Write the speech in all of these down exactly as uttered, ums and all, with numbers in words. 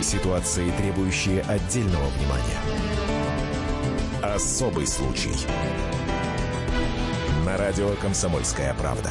Ситуации, требующие отдельного внимания. Особый случай. На радио «Комсомольская правда».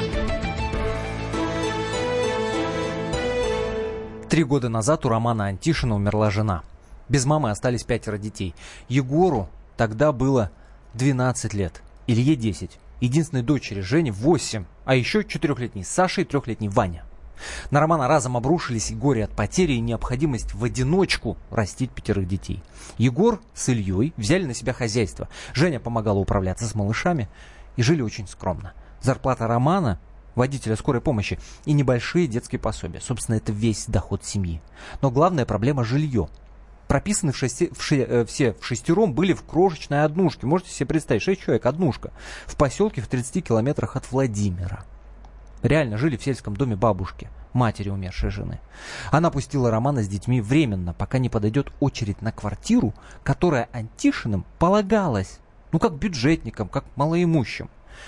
Три года назад у Романа Антишина умерла жена. Без мамы остались пятеро детей. Егору тогда было двенадцать лет, Илье десять. Единственной дочери Жене восемь, а еще четырехлетний Саша и трехлетний Ваня. На Романа разом обрушились и горе от потери, и необходимость в одиночку растить пятерых детей. Егор с Ильей взяли на себя хозяйство. Женя помогала управляться с малышами и жили очень скромно. Зарплата Романа, водителя скорой помощи, и небольшие детские пособия. Собственно, это весь доход семьи. Но главная проблема – жилье. Прописаны в шести, в ши, э, все в шестером были в крошечной однушке. Можете себе представить, шесть человек, однушка. В поселке в тридцати километрах от Владимира. Реально жили в сельском доме бабушки, матери умершей жены. Она пустила Романа с детьми временно, пока не подойдет очередь на квартиру, которая Антишиным полагалась. Ну, как бюджетникам, как малоимущим.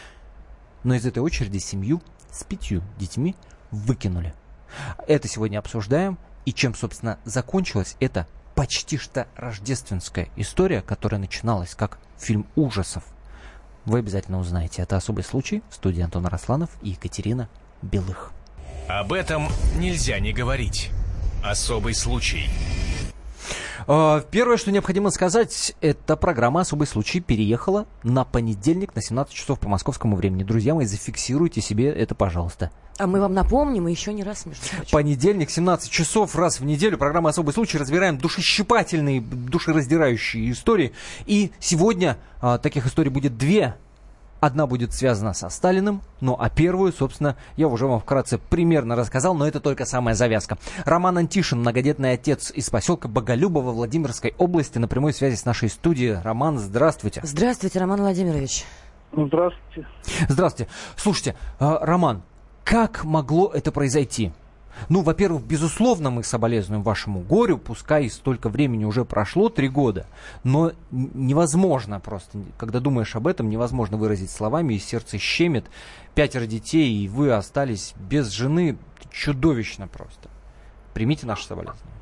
Но из этой очереди семью с пятью детьми выкинули. Это сегодня обсуждаем. И чем, собственно, закончилась эта почти что рождественская история, которая начиналась как фильм ужасов. Вы обязательно узнаете. Это «Особый случай». В студии Антон Арасланов и Екатерина Белых. Об этом нельзя не говорить. Особый случай. Первое, что необходимо сказать, это программа «Особый случай» переехала на понедельник на семнадцать часов по московскому времени. Друзья мои, зафиксируйте себе это, пожалуйста. А мы вам напомним, и еще не раз, между прочим. Понедельник, семнадцать часов, раз в неделю. Программа «Особый случай». Разбираем душещипательные, душераздирающие истории. И сегодня а, таких историй будет две. Одна будет связана со Сталиным, ну а первую, собственно, я уже вам вкратце примерно рассказал, но это только самая завязка. Роман Антишин, многодетный отец из поселка Боголюбово Владимирской области, на прямой связи с нашей студией. Роман, здравствуйте. Здравствуйте, Роман Владимирович. Здравствуйте. Здравствуйте. Слушайте, Роман, как могло это произойти? Ну, во-первых, безусловно, мы соболезнуем вашему горю, пускай столько времени уже прошло, три года, но невозможно просто, когда думаешь об этом, невозможно выразить словами, и сердце щемит. Пятеро детей, и вы остались без жены, чудовищно просто. Примите наше соболезнование.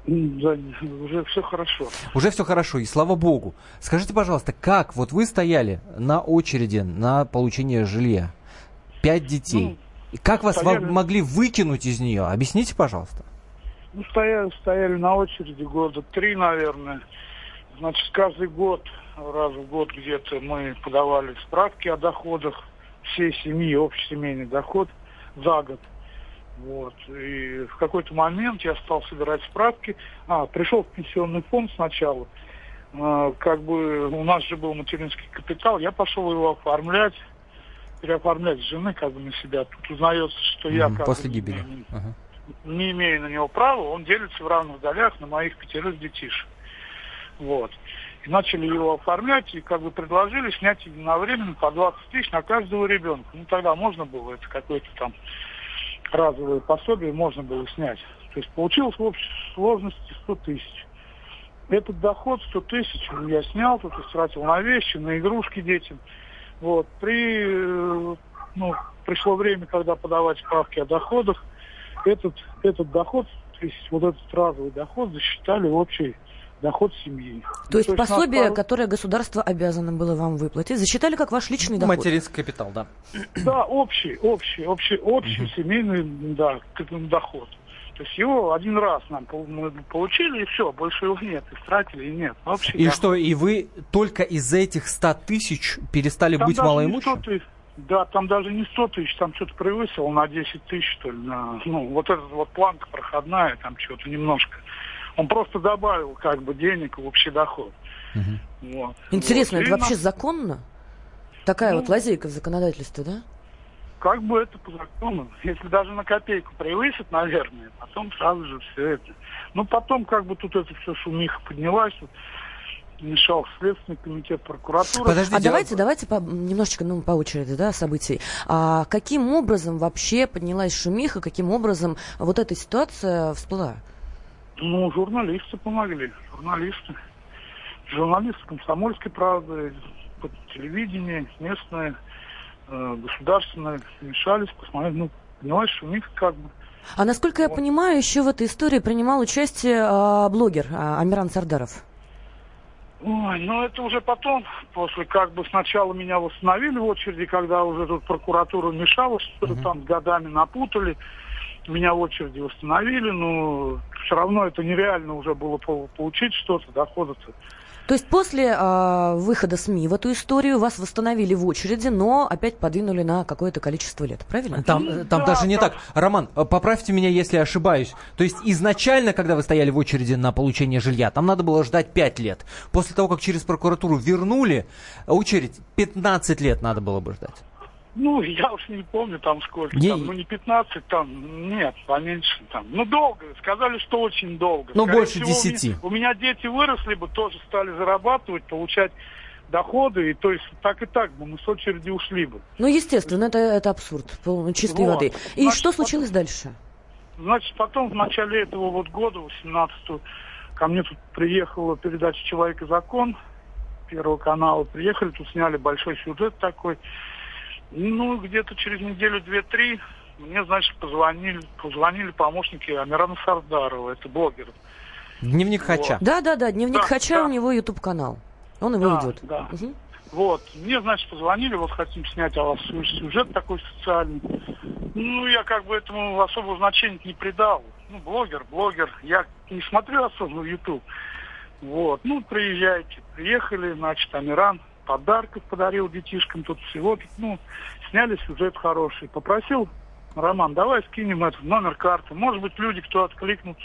Да, уже все хорошо. Уже все хорошо, и слава богу. Скажите, пожалуйста, как вот вы стояли на очереди на получение жилья? Пять детей. Ну, Как вас стояли... могли выкинуть из нее? Объясните, пожалуйста. Ну, стояли, стояли на очереди года три, наверное. Значит, каждый год, раз в год где-то мы подавали справки о доходах всей семьи, общий семейный доход за год. Вот. И в какой-то момент я стал собирать справки. А, пришел в пенсионный фонд сначала. А, как бы у нас же был материнский капитал. Я пошел его оформлять. переоформлять жены как бы на себя. Тут узнается, что я как после бы гибели. Не, Ага. не имею на него права, он делится в равных долях на моих пятерых детишек. Вот. И начали его оформлять, и как бы предложили снять единовременно по двадцать тысяч на каждого ребенка. Ну, тогда можно было, это какое-то там разовое пособие, можно было снять. То есть получилось в общей сложности сто тысяч. Этот доход сто тысяч я снял, тут истратил на вещи, на игрушки детям. Вот. При, ну, пришло время, когда подавать справки о доходах, этот, этот доход, то есть вот этот разовый доход засчитали в общий доход семьи. То есть, то есть пособие, нас... которое государство обязано было вам выплатить, засчитали как ваш личный доход? Материнский капитал, да. Да, общий, общий, общий, общий угу. семейный да, доход. То есть его один раз нам мы получили, и все, больше его нет, истратили, и нет. Общий и доход. Что, и вы только из-за этих ста тысяч перестали там быть малоимущим? Да, там даже не сто тысяч, там что-то превысило на десять тысяч, что ли. На, ну, вот эта вот планка проходная, там что-то немножко. Он просто добавил как бы денег в общий доход. Угу. Вот. Интересно, вот. это и вообще на... законно? Такая ну, вот лазейка в законодательстве, да? Как бы это по закону. Если даже на копейку превысит, наверное, потом сразу же все это. Ну, потом как бы тут это все шумиха поднялась, вот, мешал Следственный комитет, прокуратура. Подождите, а давайте, давайте по, немножечко ну, по очереди, да, событий. А каким образом вообще поднялась шумиха, каким образом вот эта ситуация всплыла? Ну, журналисты помогли, журналисты. Журналисты «Комсомольской правды», по телевидению, местные, э, государственные, вмешались, посмотрели, ну, поднялась шумиха как бы. А насколько я понимаю, еще в этой истории принимал участие а, блогер а, Амиран Сардаров. Ой, ну это уже потом, после как бы сначала меня восстановили в очереди, когда уже тут прокуратура вмешалась, что-то uh-huh. там с годами напутали, меня в очереди восстановили, но все равно это нереально уже было получить что-то, дохода-то. То есть после э, выхода СМИ в эту историю вас восстановили в очереди, но опять подвинули на какое-то количество лет, правильно? Там, Ну, там да, даже не да. так. Роман, поправьте меня, если я ошибаюсь. То есть изначально, когда вы стояли в очереди на получение жилья, там надо было ждать пять лет. После того, как через прокуратуру вернули очередь, пятнадцать лет надо было бы ждать. Ну, я уж не помню там сколько, Не... там, ну не пятнадцать, там, нет, поменьше там. Ну, долго, сказали, что очень долго. Ну, Скорее больше всего, десяти. У меня, у меня дети выросли бы, тоже стали зарабатывать, получать доходы, и то есть так и так бы мы с очереди ушли бы. Ну, естественно, это, это абсурд, чистой Вот. воды. И Значит, что случилось потом, дальше? Значит, потом в начале этого вот года, восемнадцатого, ко мне тут приехала передача «Человек и закон» Первого канала. Приехали, тут сняли большой сюжет такой. Ну, где-то через неделю, две-три мне, значит, позвонили, позвонили помощники Амирана Сардарова, это блогер. Дневник Хача. Вот. Да-да-да, дневник Да, Хача, да. у него YouTube-канал. Он его Да, ведет. да. Угу. Вот, мне, значит, позвонили, вот хотим снять о вас сюжет такой социальный. Ну, я как бы этому особого значения не придал. Ну, блогер, блогер. Я не смотрю особо в YouTube. Вот, ну, приезжайте. Приехали, значит, Амиран подарков подарил детишкам тут всего. Ну, сняли сюжет хороший. Попросил: Роман, давай скинем этот номер карты. Может быть, люди, кто откликнутся.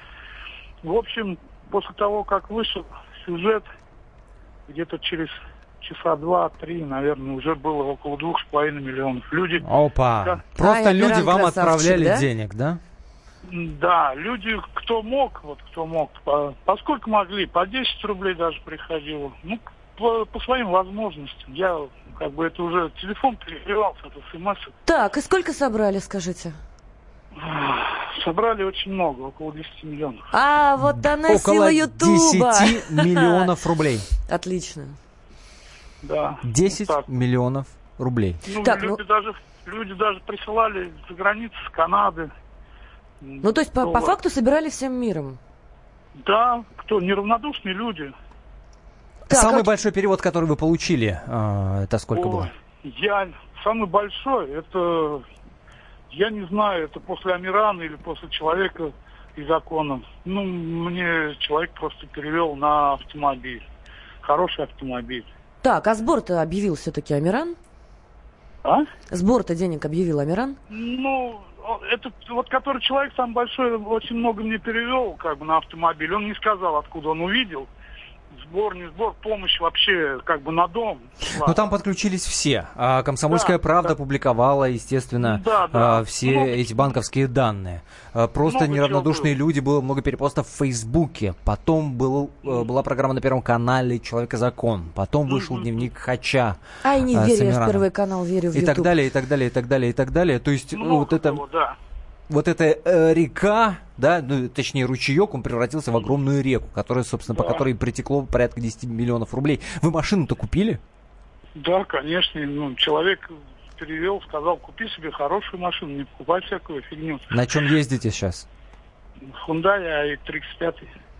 В общем, после того, как вышел сюжет, где-то через часа два-три, наверное, уже было около двух с половиной миллионов. Люди... Опа! Да. Просто Ай, люди Амиран вам красавчик, отправляли да? денег, да? Да, люди, кто мог, вот кто мог, по, поскольку могли, по десять рублей даже приходило. Ну, по, по своим возможностям. Я, как бы, это уже телефон перегревался от смс. Так, и сколько собрали, скажите? Собрали очень много, около десяти миллионов. А, вот она Около сила Ютуба. десять миллионов рублей. Отлично. Да. десять вот так. миллионов рублей. Ну, Так, люди, ну- даже, люди даже присылали за границу, с Канады. Ну, то есть, по, по факту собирали всем миром. Да, кто, неравнодушные люди. Так, Самый а- большой перевод, который вы получили, э, это сколько О, было? Я, самый большой, это, я не знаю, это после Амирана или после Человека и закона. Ну, мне человек просто перевел на автомобиль. Хороший автомобиль. Так, а сбор-то объявил все-таки Амиран? А? Сбор-то денег объявил Амиран? Ну, этот, вот который человек самый большой, очень много мне перевел, как бы, на автомобиль. Он не сказал, откуда он увидел. Сбор, не сбор, помощь вообще, как бы, на дом. шла. Ну, там подключились все. А «Комсомольская Да, правда» да. публиковала, естественно, Да, да. а, все Много эти чего. банковские данные. А, Просто Много неравнодушные чего было. люди, было много перепостов в Фейсбуке. Потом был, э, была программа на Первом канале «Человек и закон». Потом вышел Мгм. дневник Хача. Ай, не а, с верю я в Амираном. Первый канал, верю в И YouTube. так далее, и так далее, и так далее, и так далее. То есть Много вот это... было, да. Вот эта э, река, да, ну, точнее ручеек, он превратился в огромную реку, которая, собственно, по Да. которой притекло порядка десять миллионов рублей. Вы машину-то купили? Да, конечно. Ну, человек перевел, сказал, купи себе хорошую машину, не покупай всякую фигню. На чем ездите сейчас? Hyundai ай тридцать пять.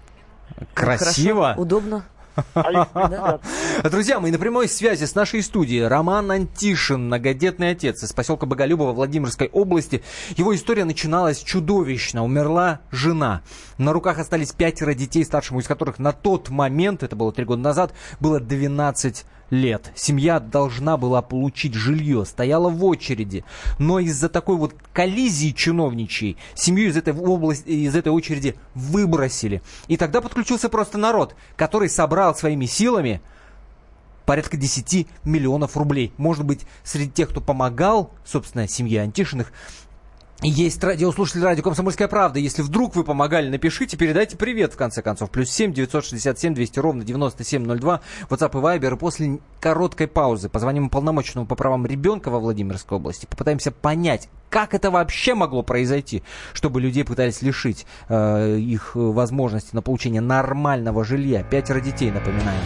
Красиво. Хорошо, удобно. ай Да. Друзья, мы на прямой связи с нашей студией. Роман Антишин, многодетный отец из поселка Боголюбово Владимирской области. Его история начиналась чудовищно. Умерла жена. На руках остались пятеро детей, старшему из которых на тот момент, это было три года назад, было двенадцать лет. Семья должна была получить жилье, стояла в очереди. Но из-за такой вот коллизии чиновничьей семью из этой области, из этой очереди выбросили. И тогда подключился просто народ, который собрал своими силами порядка десять миллионов рублей. Может быть, среди тех, кто помогал, собственно, семье Антишиных, есть радиослушатели радио «Комсомольская правда». Если вдруг вы помогали, напишите, передайте привет, в конце концов. Плюс семь девятьсот шестьдесят семь двести ровно девяносто семь ноль два. WhatsApp и Viber. И после короткой паузы позвоним уполномоченному по правам ребенка во Владимирской области. Попытаемся понять, как это вообще могло произойти, чтобы людей пытались лишить э, их возможности на получение нормального жилья. Пятеро детей, напоминаю.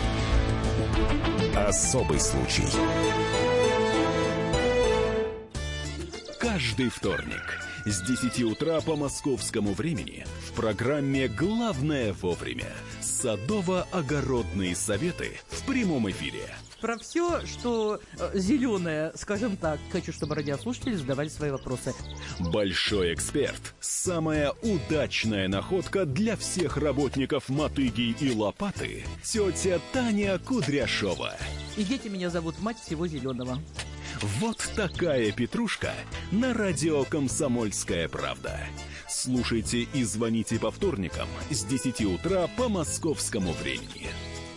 Особый случай. Каждый вторник С десяти утра по московскому времени в программе «Главное вовремя» садово-огородные советы в прямом эфире. Про все, что э, зеленое, скажем так, хочу, чтобы радиослушатели задавали свои вопросы. Большой эксперт. Самая удачная находка для всех работников мотыги и лопаты. Тетя Таня Кудряшова. И дети меня зовут мать всего зеленого. Вот такая петрушка на радио «Комсомольская правда». Слушайте и звоните по вторникам с десяти утра по московскому времени.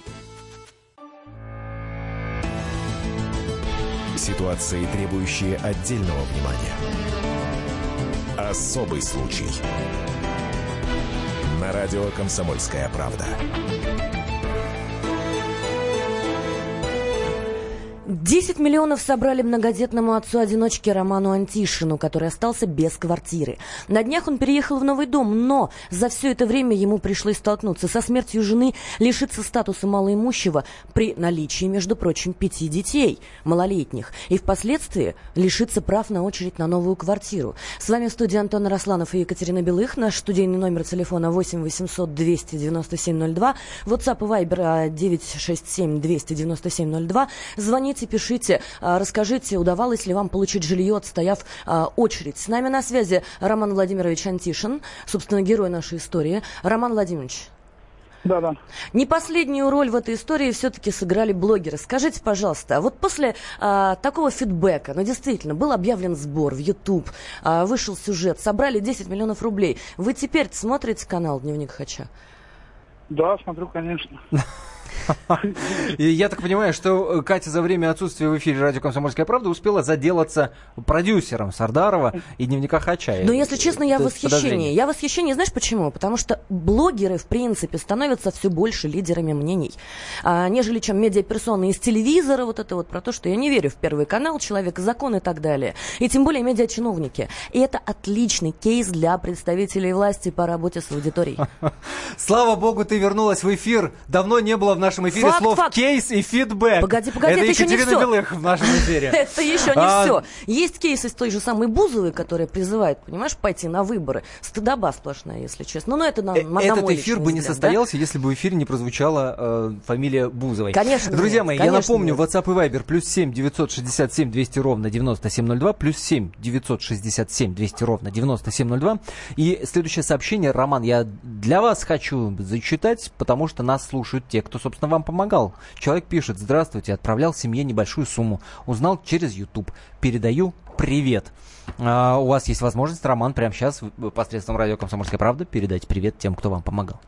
Ситуации, требующие отдельного внимания. Особый случай. На радио «Комсомольская правда». десять миллионов собрали многодетному отцу-одиночке Роману Антишину, который остался без квартиры. На днях он переехал в новый дом, но за все это время ему пришлось столкнуться со смертью жены, лишиться статуса малоимущего при наличии, между прочим, пяти детей малолетних, и впоследствии лишиться прав на очередь на новую квартиру. С вами в студии Антон Росланов и Екатерина Белых. Наш студийный номер телефона восемь восемьсот двести девяносто семь ноль два. WhatsApp и Viber девять шесть семь двести девяносто семь ноль два. Звоните, пишите, расскажите, удавалось ли вам получить жилье, отстояв а, очередь. С нами на связи Роман Владимирович Антишин, собственно, герой нашей истории. Роман Владимирович. Да, да. Не последнюю роль в этой истории все-таки сыграли блогеры. Скажите, пожалуйста, вот после а, такого фидбэка, ну, действительно, был объявлен сбор в YouTube, а, вышел сюжет, собрали десять миллионов рублей. Вы теперь смотрите канал «Дневник Хача»? Да, смотрю, конечно. И я так понимаю, что Катя за время отсутствия в эфире радио «Комсомольская правда» успела заделаться продюсером Сардарова и «Дневника Хача». Но, если честно, я в восхищении. Я в восхищении, знаешь почему? Потому что блогеры, в принципе, становятся все больше лидерами мнений, а, нежели чем медиаперсоны из телевизора, вот это вот про то, что я не верю в Первый канал, Человек и закон и так далее. И тем более медиачиновники. И это отличный кейс для представителей власти по работе с аудиторией. Слава богу, ты вернулась в эфир. Давно не было в нашем эфире факт, слов факт. кейс и фидбэк. Погоди, погоди, это, это еще не Екатерина все. Белых в нашем эфире. Это еще не А, все. Есть кейсы с той же самой Бузовой, которая призывает, понимаешь, пойти на выборы. Стыдоба сплошная, если честно. Но это на, э, на Этот мой эфир личный бы не взгляд, состоялся, да? Если бы в эфире не прозвучала э, фамилия Бузовой. Конечно. Друзья нет, мои, конечно я напомню, нет. WhatsApp и Viber плюс семь девятьсот шестьдесят семь двести ровно девяносто семь ноль два, плюс семь девятьсот шестьдесят семь двести ровно девяносто семь ноль два. И следующее сообщение, Роман, я для вас хочу зачитать, потому что нас слушают те, кто, собственно, вам помогал. Человек пишет: здравствуйте, отправлял семье небольшую сумму, узнал через YouTube, передаю привет. А, у вас есть возможность, Роман, прямо сейчас посредством радио «Комсомольская правда» передать привет тем, кто вам помогал.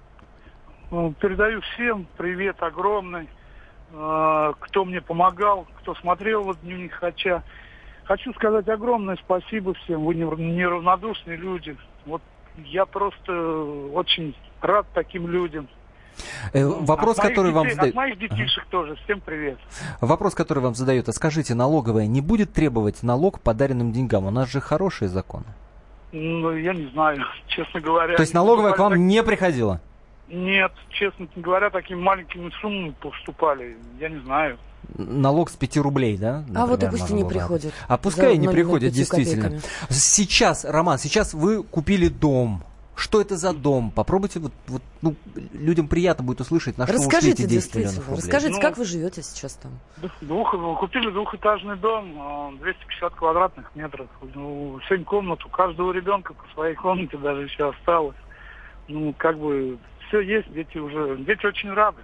Передаю всем привет огромный, кто мне помогал, кто смотрел вот «Дневник Хача». Хочу сказать огромное спасибо всем, вы неравнодушные люди. Вот я просто очень рад таким людям. Э, вопрос, от который детей, вам задают. От моих детишек ага. тоже. Всем привет. Вопрос, который вам задают. А скажите, налоговая не будет требовать налог по даренным деньгам? У нас же хорошие законы. Ну, я не знаю, честно говоря. То есть налоговая к вам так... не приходила? Нет, честно говоря, такими маленькими суммами поступали. Я не знаю. Налог с пяти рублей, да? Например, а вот и пусть и не приходит. А пускай и не приходит, действительно. Копейками. Сейчас, Роман, сейчас вы купили дом. Что это за дом? Попробуйте, вот, вот, ну, людям приятно будет услышать, на что ушли эти десять миллионов рублей. Расскажите, ну, как вы живете сейчас там? Двух, купили двухэтажный дом, двести пятьдесят квадратных метров, ну, семь комнат, у каждого ребенка по своей комнате даже еще осталось. Ну, как бы, все есть, дети уже, дети очень рады.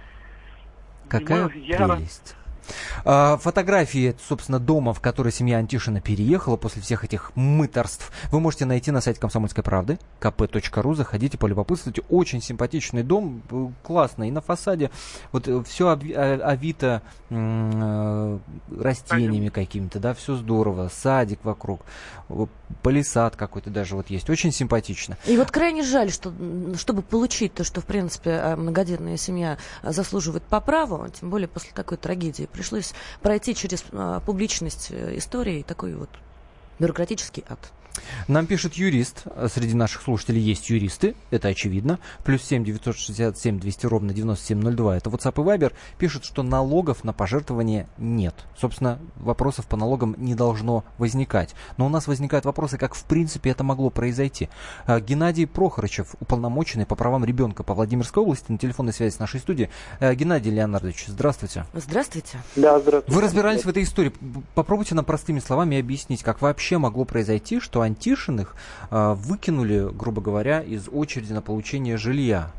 Какая мы, прелесть. А, фотографии, собственно, дома, в который семья Антишина переехала после всех этих мытарств, вы можете найти на сайте «Комсомольской правды» ка пэ точка ру. Заходите, полюбопытствуйте. Очень симпатичный дом, классно. И на фасаде вот все овито м- растениями какими-то, да, все здорово. Садик вокруг, палисад какой-то даже вот есть. Очень симпатично. И вот крайне жаль, что, чтобы получить то, что, в принципе, многодетная семья заслуживает по праву, тем более после такой трагедии, пришлось пройти через а, публичность истории, такой вот бюрократический ад. Нам пишет юрист, среди наших слушателей есть юристы, это очевидно. Плюс семь девятьсот шестьдесят семь двести ровно девяносто семь ноль два, это WhatsApp и Viber. Пишет, что налогов на пожертвования нет. Собственно, вопросов по налогам не должно возникать. Но у нас возникают вопросы, как в принципе это могло произойти. Геннадий Прохорычев, уполномоченный по правам ребенка по Владимирской области, на телефонной связи с нашей студией. Геннадий Леонардович, здравствуйте. Здравствуйте. Да, здравствуйте. Вы разбирались в этой истории. Попробуйте нам простыми словами объяснить, как вообще могло произойти, что Антишиных э, выкинули, грубо говоря, из очереди на получение жилья.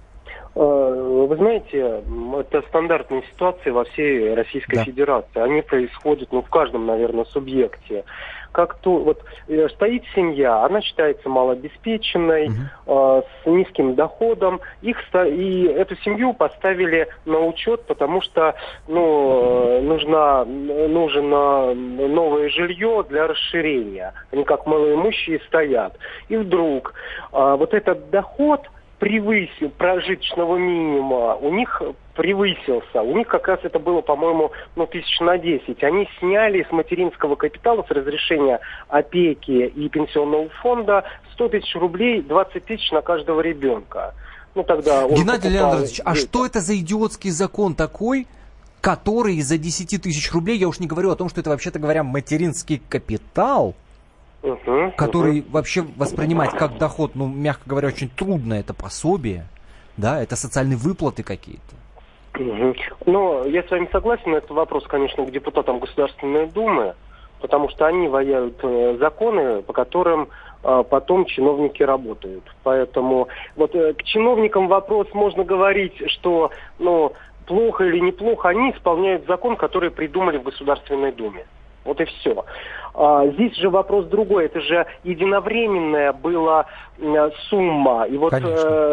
Вы знаете, это стандартные ситуации во всей Российской да. Федерации. Они происходят, ну, в каждом, наверное, субъекте. Как то, вот стоит семья, она считается малообеспеченной, uh-huh. э, с низким доходом. Их и эту семью поставили на учет, потому что, ну, нужно, нужно новое жилье для расширения. Они как малоимущие стоят. И вдруг э, вот этот доход превысил прожиточного минимума, у них превысился. У них как раз это было, по-моему, ну, тысяч на десять. Они сняли с материнского капитала, с разрешения опеки и пенсионного фонда сто тысяч рублей, двадцать тысяч на каждого ребенка. Ну, тогда он Геннадий Леонардович, дети. А что это за идиотский закон такой, который из-за десять тысяч рублей, я уж не говорю о том, что это, вообще-то говоря, материнский капитал, Угу, который угу. вообще воспринимать как доход, ну, мягко говоря, очень трудно. Это пособие, да, это социальные выплаты какие-то. Угу. Но я с вами согласен, это вопрос, конечно, к депутатам Государственной Думы, потому что они ваяют э, законы, по которым э, потом чиновники работают. Поэтому вот э, к чиновникам вопрос можно говорить, что, ну, плохо или неплохо, они исполняют закон, который придумали в Государственной Думе. Вот и все. А, здесь же вопрос другой. Это же единовременная была э, сумма. И вот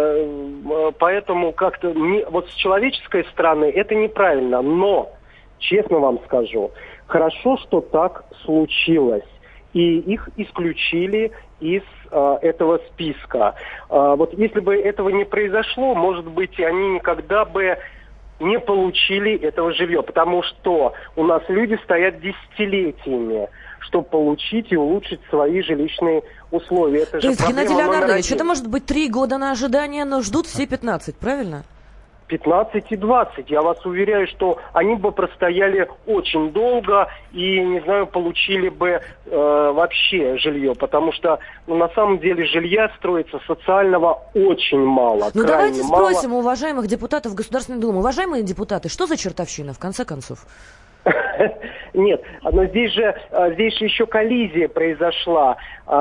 э, поэтому как-то не, вот с человеческой стороны это неправильно. Но, честно вам скажу, хорошо, что так случилось. И их исключили из э, этого списка. А, вот если бы этого не произошло, может быть, они никогда бы не получили этого жилья, потому что у нас люди стоят десятилетиями, чтобы получить и улучшить свои жилищные условия. Это То же есть, Геннадий проблема Леонардович, это может быть три года на ожидание, но ждут все пятнадцать, правильно? пятнадцать и двадцать. Я вас уверяю, что они бы простояли очень долго и, не знаю, получили бы э, вообще жилье, потому что, ну, на самом деле жилья строится социального очень мало. Ну давайте мало. спросим у уважаемых депутатов Государственной Думы. Уважаемые депутаты, что за чертовщина, в конце концов? Нет, но здесь же, здесь же еще коллизия произошла.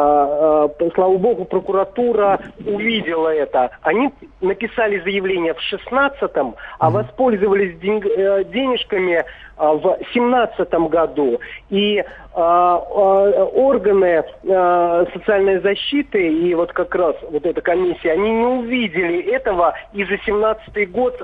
Слава богу, прокуратура увидела это. Они написали заявление в шестнадцатом, а воспользовались денежками в семнадцатом году. И органы социальной защиты и вот как раз вот эта комиссия, они не увидели этого, и за семнадцатый год,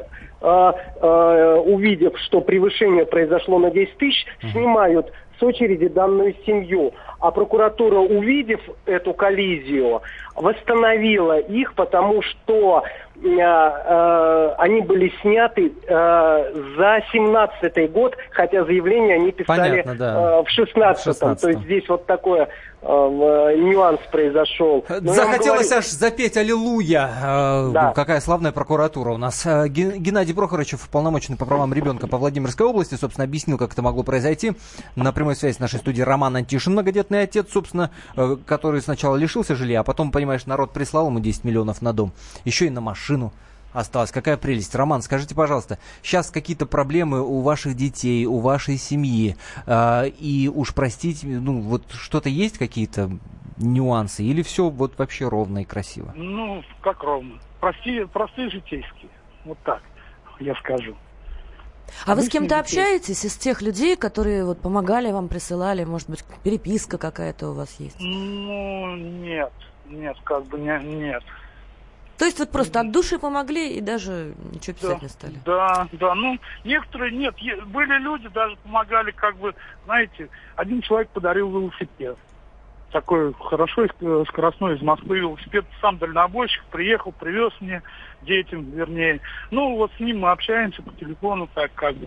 увидев, что превышение произошло на десять тысяч, снимают с очереди данную семью. А прокуратура, увидев эту коллизию, восстановила их, потому что э, э, они были сняты э, за семнадцатый год, хотя заявление они писали Понятно, да. э, в шестнадцатом. То есть здесь вот такое э, нюанс произошел. Но Захотелось говорю... аж запеть «Аллилуйя». Э, да. Какая славная прокуратура у нас. Геннадий Прохорычев, уполномоченный по правам ребенка по Владимирской области, собственно, объяснил, как это могло произойти. На прямой связи с нашей студией Роман Антишин, многодетный отец, собственно, э, который сначала лишился жилья, а потом, понимаешь, народ прислал ему десять миллионов на дом. Еще и на машину осталось. Какая прелесть. Роман, скажите, пожалуйста, сейчас какие-то проблемы у ваших детей, у вашей семьи, э, и уж простите, ну, вот что-то есть, какие-то нюансы, или все вот вообще ровно и красиво? Ну, как ровно? Простые, простые житейские. Вот так, я скажу. А вы с кем-то общаетесь из тех людей, которые вот помогали вам, присылали, может быть, переписка какая-то у вас есть? Ну, нет, нет, как бы не, нет. То есть вот просто от души помогли и даже ничего писать да, не стали? Да, да, ну, некоторые нет. Были люди, даже помогали, как бы, знаете, один человек подарил велосипед. Такой хорошо скоростной из Москвы велосипед, сам дальнобойщик, приехал, привез мне, детям, вернее. Ну, вот с ним мы общаемся по телефону, так как бы.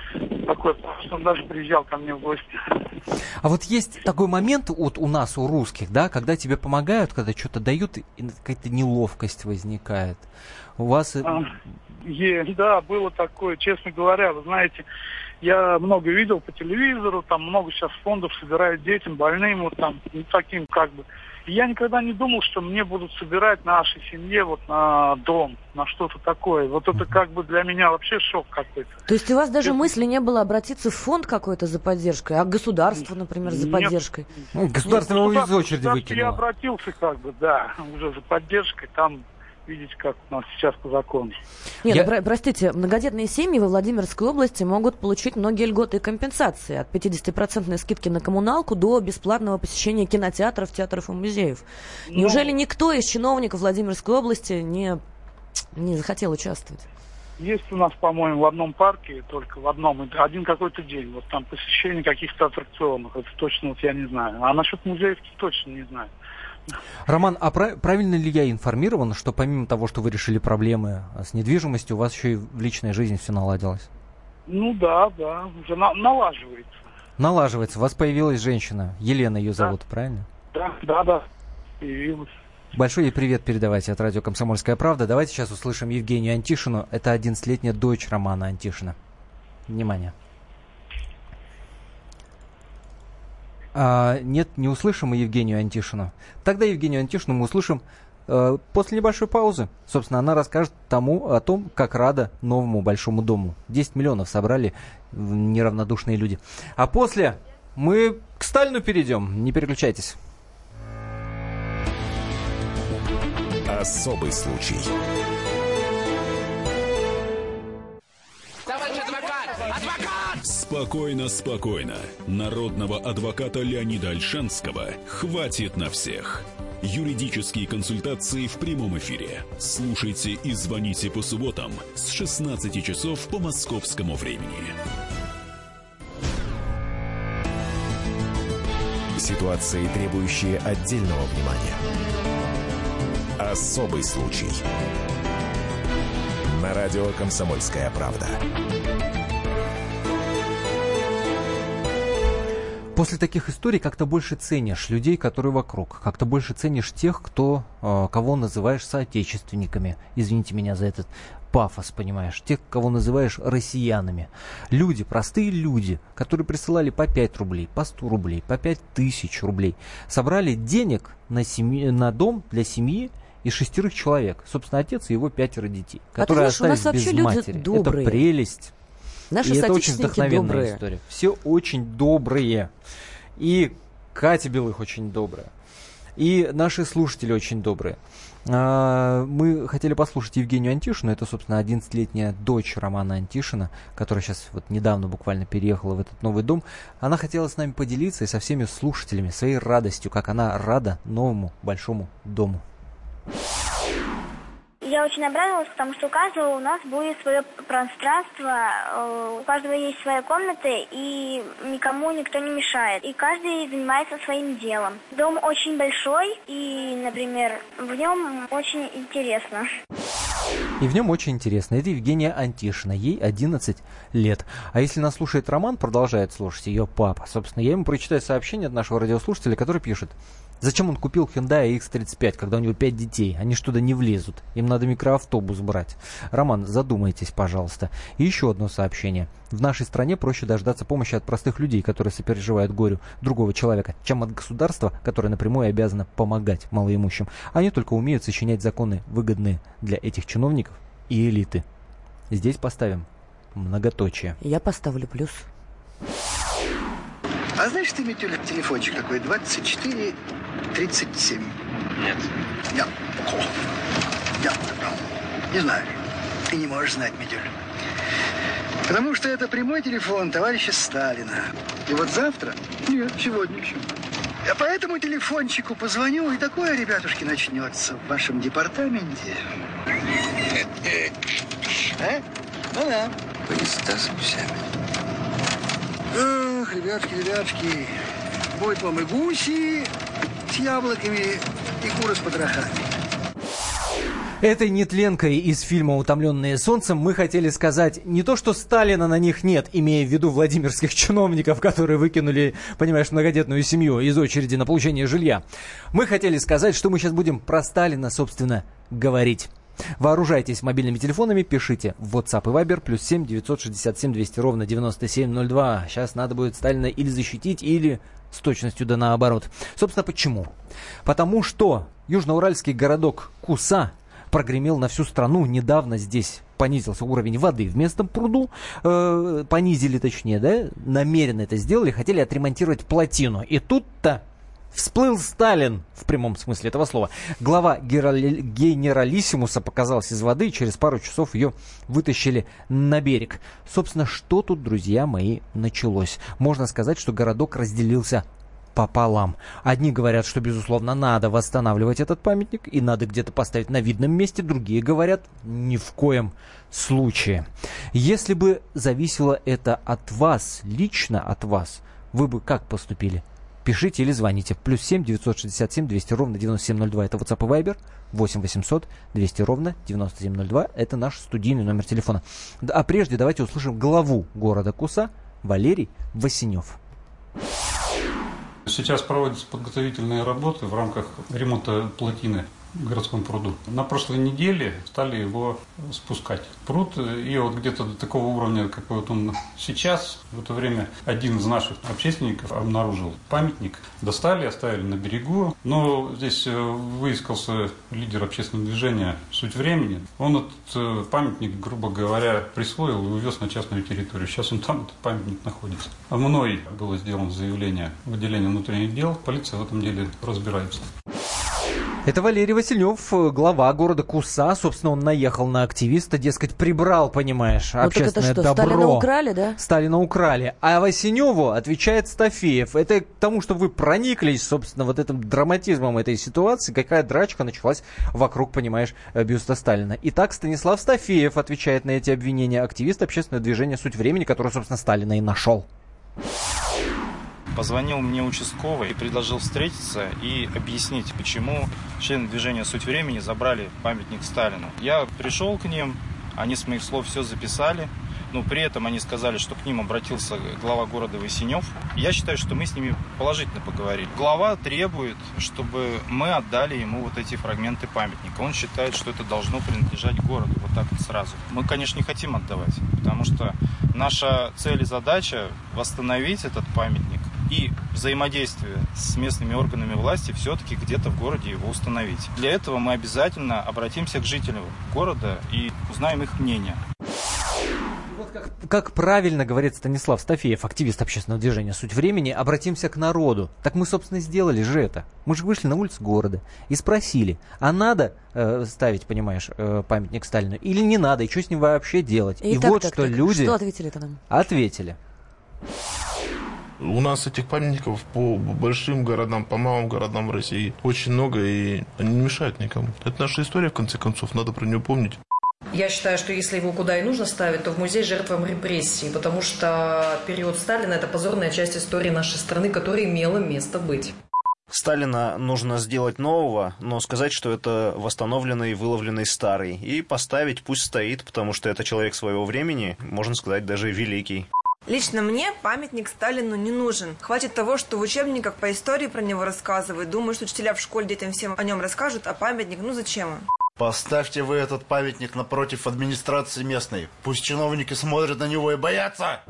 такой, что он даже приезжал ко мне в гости. А вот есть такой момент вот у нас, у русских, да, когда тебе помогают, когда что-то дают, и какая-то неловкость возникает. У вас... А, е, да, было такое, честно говоря, вы знаете, я много видел по телевизору, там много сейчас фондов собирают детям, больным, вот там, ну, таким как бы. И я никогда не думал, что мне будут собирать нашей семье вот на дом, на что-то такое. Вот это как бы для меня вообще шок какой-то. То есть у вас даже это... мысли не было обратиться в фонд какой-то за поддержкой, а государство, например, за Нет. поддержкой? Ну, государство его из очереди выкинуло. Я обратился как бы, да, уже за поддержкой, там... Видите, как у нас сейчас по закону. Нет, Я... ну, про- простите, многодетные семьи во Владимирской области могут получить многие льготы и компенсации. От пятидесятипроцентной скидки на коммуналку до бесплатного посещения кинотеатров, театров и музеев. Ну... Неужели никто из чиновников Владимирской области не, не захотел участвовать? Есть у нас, по-моему, в одном парке, только в одном, один какой-то день. Вот там посещение каких-то аттракционов. Это точно вот я не знаю. А насчет музеев точно не знаю. Роман, а прав- правильно ли я информирован, что помимо того, что вы решили проблемы с недвижимостью, у вас еще и в личной жизни все наладилось? Ну да, да, уже на- налаживается. Налаживается. У вас появилась женщина, Елена ее зовут, да. правильно? Да, да, да, появилась. Большой ей привет передавайте от радио «Комсомольская правда». Давайте сейчас услышим Евгению Антишину. Это одиннадцатилетняя дочь Романа Антишина. Внимание. А, нет, не услышим мы Евгению Антишину. Тогда Евгению Антишину мы услышим э, после небольшой паузы. Собственно, она расскажет тому, о том, как рада новому большому дому. десять миллионов собрали неравнодушные люди. А после мы к Сталину перейдем. Не переключайтесь. Особый случай. Спокойно, спокойно. Народного адвоката Леонида Ольшанского хватит на всех. Юридические консультации в прямом эфире. Слушайте и звоните по субботам с шестнадцати часов по московскому времени. Ситуации, требующие отдельного внимания. Особый случай. На радио «Комсомольская правда». После таких историй как-то больше ценишь людей, которые вокруг. Как-то больше ценишь тех, кто, э, кого называешь соотечественниками. Извините меня за этот пафос, понимаешь. Тех, кого называешь россиянами. Люди, простые люди, которые присылали по пять рублей, по сто рублей, по пять тысяч рублей. Собрали денег на, семьи, на дом для семьи из шестерых человек. Собственно, отец и его пятеро детей, которые а ты знаешь, остались без матери. Добрые. Это прелесть. Наши и это очень соотечественники вдохновенная добрые. история. Все очень добрые. И Катя Белых очень добрая. И наши слушатели очень добрые. А, мы хотели послушать Евгению Антишину. Это, собственно, одиннадцатилетняя дочь Романа Антишина, которая сейчас вот недавно буквально переехала в этот новый дом. Она хотела с нами поделиться и со всеми слушателями своей радостью, как она рада новому большому дому. Я очень обрадовалась, потому что у каждого у нас будет свое пространство, у каждого есть своя комната, и никому никто не мешает. И каждый занимается своим делом. Дом очень большой, и, например, в нем очень интересно. И в нем очень интересно. Это Евгения Антишина. Ей одиннадцать лет. А если нас слушает Роман, продолжает слушать ее папа. Собственно, я ему прочитаю сообщение от нашего радиослушателя, который пишет. Зачем он купил Hyundai икс тридцать пять, когда у него пять детей? Они ж туда не влезут. Им надо микроавтобус брать. Роман, задумайтесь, пожалуйста. И еще одно сообщение. В нашей стране проще дождаться помощи от простых людей, которые сопереживают горю другого человека, чем от государства, которое напрямую обязано помогать малоимущим. Они только умеют сочинять законы, выгодные для этих чиновников и элиты. Здесь поставим многоточие. Я поставлю плюс. А знаешь ты, Митюля, телефончик какой? двадцать четыре тридцать семь. Нет. Я. О, я. Не знаю. Ты не можешь знать, Митюля. Потому что это прямой телефон товарища Сталина. И вот завтра... Нет, сегодня еще. Я по этому телефончику позвоню, и такое, ребятушки, начнется в вашем департаменте. А? Ну да. Поезда с гусями. Ах, ребятки, ребятки, будет вам и гуси с яблоками, и куры с потрохами. Этой нетленкой из фильма «Утомленные солнцем» мы хотели сказать не то, что Сталина на них нет, имея в виду владимирских чиновников, которые выкинули, понимаешь, многодетную семью из очереди на получение жилья. Мы хотели сказать, что мы сейчас будем про Сталина, собственно, говорить. Вооружайтесь мобильными телефонами, пишите в WhatsApp и Viber плюс семь девятьсот шестьдесят семь двести ровно девяносто семь ноль два. Сейчас надо будет Сталина или защитить, или с точностью да наоборот. Собственно, почему? Потому что южноуральский городок Куса прогремел на всю страну. Недавно здесь понизился уровень воды в местном пруду. Э, понизили, точнее, да? Намеренно это сделали. Хотели отремонтировать плотину. И тут-то всплыл Сталин, в прямом смысле этого слова. Глава генерали... генералиссимуса показалась из воды, и через пару часов ее вытащили на берег. Собственно, что тут, друзья мои, началось? Можно сказать, что городок разделился пополам. Одни говорят, что, безусловно, надо восстанавливать этот памятник и надо где-то поставить на видном месте. Другие говорят, ни в коем случае. Если бы зависело это от вас, лично от вас, вы бы как поступили? Пишите или звоните. Плюс семь девятьсот шестьдесят семь двести ровно девяносто семь ноль два. Это WhatsApp и Viber. восемь восемьсот двести ровно девяносто семь ноль два. Это наш студийный номер телефона. А прежде давайте услышим главу города Куса Валерий Васенев. Сейчас проводятся подготовительные работы в рамках ремонта плотины в городском пруду. На прошлой неделе стали его спускать. Пруд, и вот где-то до такого уровня, как вот он сейчас, в это время один из наших общественников обнаружил памятник. Достали, оставили на берегу. Но здесь выискался лидер общественного движения «Суть времени». Он этот памятник, грубо говоря, присвоил и увез на частную территорию. Сейчас он там, этот памятник, находится. А мной было сделано заявление в отделение внутренних дел. Полиция в этом деле разбирается. Это Валерий Васильев, глава города Куса. Собственно, он наехал на активиста, дескать, прибрал, понимаешь, ну, общественное так это что, добро. Сталина украли, да? Сталина украли. А Васеневу отвечает Стафеев. Это к тому, что вы прониклись, собственно, вот этим драматизмом этой ситуации. Какая драчка началась вокруг, понимаешь, бюста Сталина. Итак, Станислав Стафеев отвечает на эти обвинения. Активист общественного движения «Суть времени», который, собственно, Сталина и нашел. Позвонил мне участковый и предложил встретиться и объяснить, почему члены движения «Суть времени» забрали памятник Сталину. Я пришел к ним, они с моих слов все записали, но при этом они сказали, что к ним обратился глава города Васенев. Я считаю, что мы с ними положительно поговорили. Глава требует, чтобы мы отдали ему вот эти фрагменты памятника. Он считает, что это должно принадлежать городу, вот так вот сразу. Мы, конечно, не хотим отдавать, потому что наша цель и задача восстановить этот памятник и взаимодействие с местными органами власти все-таки где-то в городе его установить. Для этого мы обязательно обратимся к жителям города и узнаем их мнение. Вот как, как правильно говорит Станислав Стафеев, активист общественного движения «Суть времени», обратимся к народу. Так мы, собственно, сделали же это. Мы же вышли на улицу города и спросили, а надо э, ставить, понимаешь, э, памятник Сталину или не надо, и что с ним вообще делать? И, и так, вот так, что так. люди что ответили-то нам? Ответили. У нас этих памятников по большим городам, по малым городам России очень много, и они не мешают никому. Это наша история, в конце концов, надо про нее помнить. Я считаю, что если его куда и нужно ставить, то в музей жертвам репрессий, потому что период Сталина – это позорная часть истории нашей страны, которая имела место быть. Сталина нужно сделать нового, но сказать, что это восстановленный, выловленный старый, и поставить, пусть стоит, потому что это человек своего времени, можно сказать, даже великий. Лично мне памятник Сталину не нужен. Хватит того, что в учебниках по истории про него рассказывают. Думаю, что учителя в школе детям всем о нем расскажут, а памятник, ну зачем он? Поставьте вы этот памятник напротив администрации местной. Пусть чиновники смотрят на него и боятся.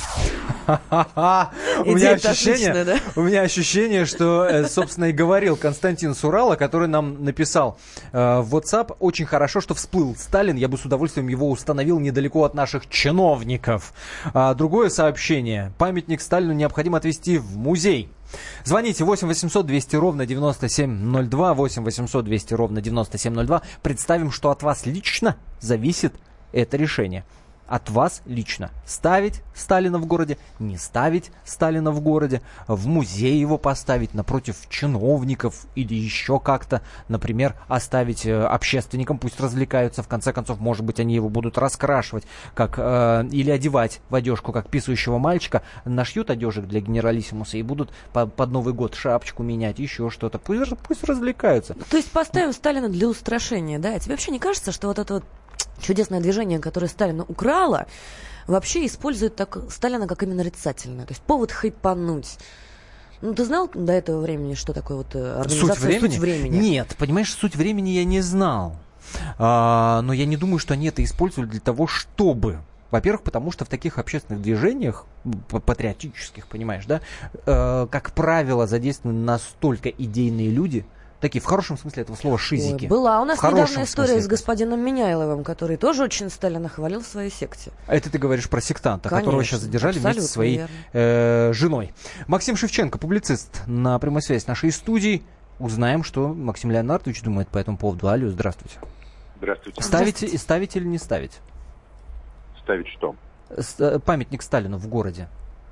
У меня ощущение, у меня ощущение, что, собственно, и говорил Константин Сурало, который нам написал в WhatsApp: очень хорошо, что всплыл Сталин, я бы с удовольствием его установил недалеко от наших чиновников. Другое сообщение: памятник Сталину необходимо отвезти в музей. Звоните восемь восемьсот двести ровно девяносто семь ноль два, восемь восемьсот двести ровно девяносто семь ноль два. Представим, что от вас лично зависит это решение. от вас лично. Ставить Сталина в городе, не ставить Сталина в городе, в музей его поставить напротив чиновников или еще как-то, например, оставить э, общественникам, пусть развлекаются, в конце концов, может быть, они его будут раскрашивать, как, э, или одевать в одежку, как писающего мальчика, нашьют одежек для генералиссимуса и будут по, под Новый год шапочку менять, еще что-то, пусть, пусть развлекаются. То есть поставим Сталина для устрашения, да? Тебе вообще не кажется, что вот это вот чудесное движение, которое Сталина украло, вообще использует так, Сталина как именно нарицательное. То есть повод хайпануть. Ну, ты знал до этого времени, что такое вот организация «Суть времени»? Суть времени? Нет, понимаешь, «Суть времени» я не знал. А, но я не думаю, что они это использовали для того, чтобы... Во-первых, потому что в таких общественных движениях, патриотических, понимаешь, да, э, как правило, задействованы настолько идейные люди, такие, в хорошем смысле этого слова, шизики. Ой, была у нас недавно история смысле. с господином Меняйловым, который тоже очень Сталина хвалил в своей секте. Это ты говоришь про сектанта, Конечно, которого сейчас задержали вместе со своей э, женой. Максим Шевченко, публицист, на прямой связи с нашей студией. Узнаем, что Максим Леонардович думает по этому поводу. Алло, здравствуйте. Здравствуйте. Ставите, и ставить или не ставить? Ставить что? С, памятник Сталину в городе.